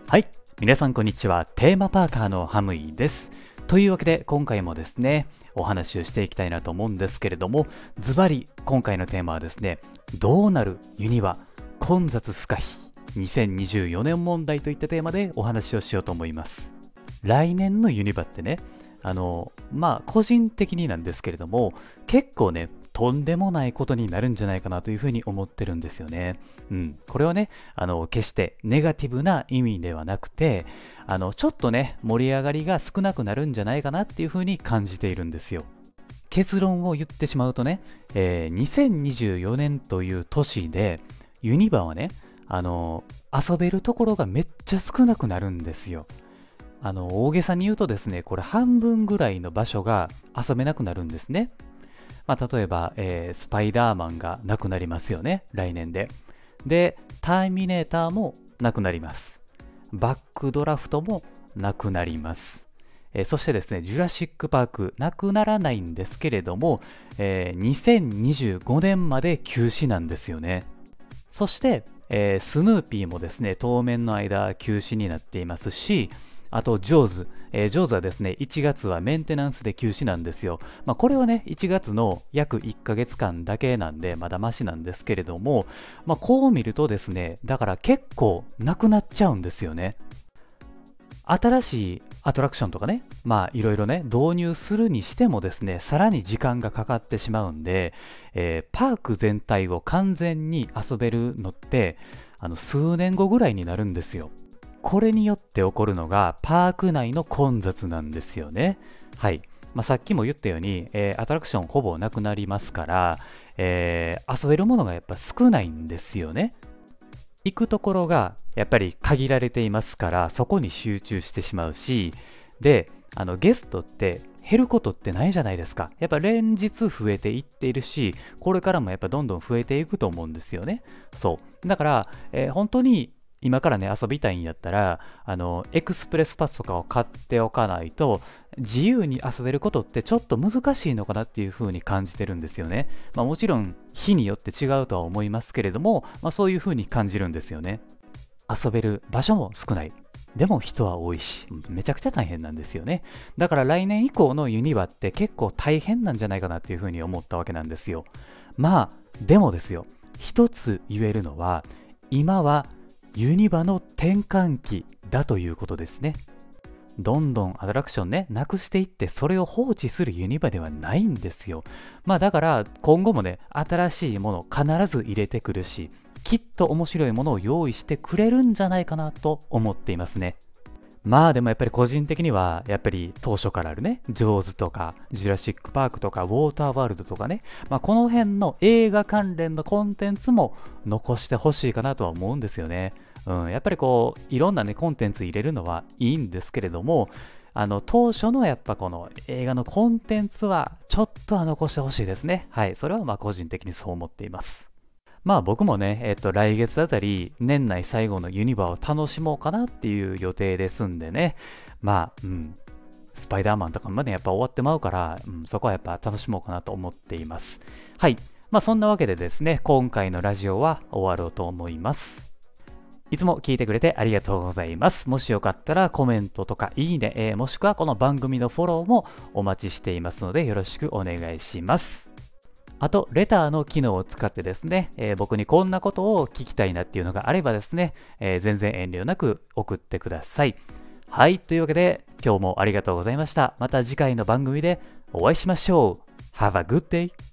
はい、皆さんこんにちは。テーマパーカーのハムイです。というわけで今回もですね、お話をしていきたいなと思うんですけれども、ズバリ今回のテーマはですね、どうなるユニバ混雑不可避2024年問題といったテーマでお話をしようと思います。来年のユニバってね、個人的になんですけれども、結構ね、とんでもないことになるんじゃないかなというふうに思ってるんですよね。これはね、決してネガティブな意味ではなくて、ちょっとね、盛り上がりが少なくなるんじゃないかなっていうふうに感じているんですよ。結論を言ってしまうとね、2024年という年で、ユニバはね、遊べるところがめっちゃ少なくなるんですよ。大げさに言うとですね、これ半分ぐらいの場所が遊べなくなるんですね。例えば、スパイダーマンがなくなりますよね、来年で。で、ターミネーターもなくなります。バックドラフトもなくなります。そしてですね、ジュラシックパークなくならないんですけれども、2025年まで休止なんですよね。そして、スヌーピーもですね、当面の間休止になっていますし、あと、ジョーズ。ジョーズはですね、1月はメンテナンスで休止なんですよ。これはね、1月の約1ヶ月間だけなんで、まだマシなんですけれども、こう見るとですね、だから結構なくなっちゃうんですよね。新しいアトラクションとかね、いろいろね、導入するにしてもですね、さらに時間がかかってしまうんで、パーク全体を完全に遊べるのって、数年後ぐらいになるんですよ。これによって起こるのがパーク内の混雑なんですよね。はい。さっきも言ったように、アトラクションほぼなくなりますから、遊べるものがやっぱ少ないんですよね。行くところがやっぱり限られていますから、そこに集中してしまうし、で、ゲストって減ることってないじゃないですか。やっぱ連日増えていっているし、これからもやっぱどんどん増えていくと思うんですよね。そう。だから、本当に今からね、遊びたいんやったら、エクスプレスパスとかを買っておかないと、自由に遊べることってちょっと難しいのかなっていう風に感じてるんですよね。もちろん、日によって違うとは思いますけれども、そういう風に感じるんですよね。遊べる場所も少ない。でも人は多いし、めちゃくちゃ大変なんですよね。だから来年以降のユニバって結構大変なんじゃないかなっていう風に思ったわけなんですよ。でもですよ。一つ言えるのは、今はユニバの転換期だということですね。どんどんアトラクションね、なくしていってそれを放置するユニバではないんですよ。だから今後もね、新しいもの必ず入れてくるし、きっと面白いものを用意してくれるんじゃないかなと思っていますね。でもやっぱり個人的にはやっぱり当初からあるね、ジョーズとかジュラシックパークとかウォーターワールドとかね、この辺の映画関連のコンテンツも残してほしいかなとは思うんですよね。やっぱりこういろんなねコンテンツ入れるのはいいんですけれども、当初のやっぱこの映画のコンテンツはちょっとは残してほしいですね。はい、それは個人的にそう思っています。僕もね、来月あたり年内最後のユニバを楽しもうかなっていう予定ですんでね。スパイダーマンとかまでやっぱ終わってまうから、そこはやっぱ楽しもうかなと思っています。はい。そんなわけでですね、今回のラジオは終わろうと思います。いつも聞いてくれてありがとうございます。もしよかったらコメントとかいいね、もしくはこの番組のフォローもお待ちしていますのでよろしくお願いします。あと、レターの機能を使ってですね、僕にこんなことを聞きたいなっていうのがあればですね、全然遠慮なく送ってください。はい、というわけで今日もありがとうございました。また次回の番組でお会いしましょう。Have a good day!